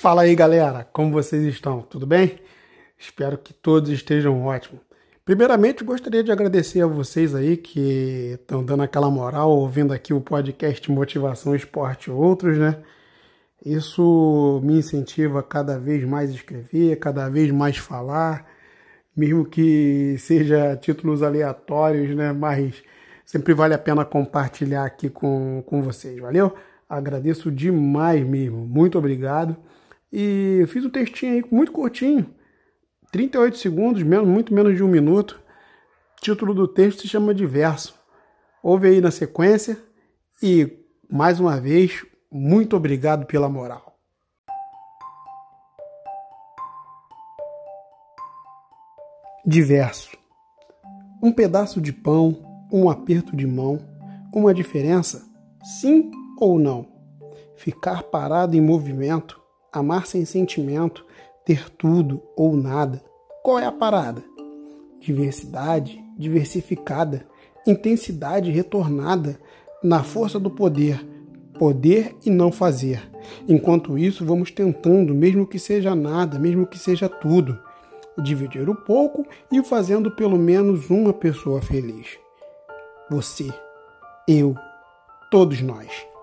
Fala aí, galera, como vocês estão? Tudo bem? Espero que todos estejam ótimos. Primeiramente, gostaria de agradecer a vocês aí que estão dando aquela moral, ouvindo aqui o podcast Motivação Esporte e Outros, né? Isso me incentiva a cada vez mais escrever, cada vez mais falar, mesmo que seja títulos aleatórios, né? Mas sempre vale a pena compartilhar aqui com vocês, valeu? Agradeço demais mesmo, muito obrigado. E eu fiz um textinho aí muito curtinho, 38 segundos, muito menos de um minuto. O título do texto se chama Diverso. Ouve aí na sequência e, mais uma vez, muito obrigado pela moral. Diverso. Um pedaço de pão, um aperto de mão, uma diferença? Sim ou não? Ficar parado em movimento, amar sem sentimento, ter tudo ou nada. Qual é a parada? Diversidade, diversificada, intensidade retornada, na força do poder, poder e não fazer. Enquanto isso, vamos tentando, mesmo que seja nada, mesmo que seja tudo, dividir o pouco e fazendo pelo menos uma pessoa feliz. Você, eu, todos nós.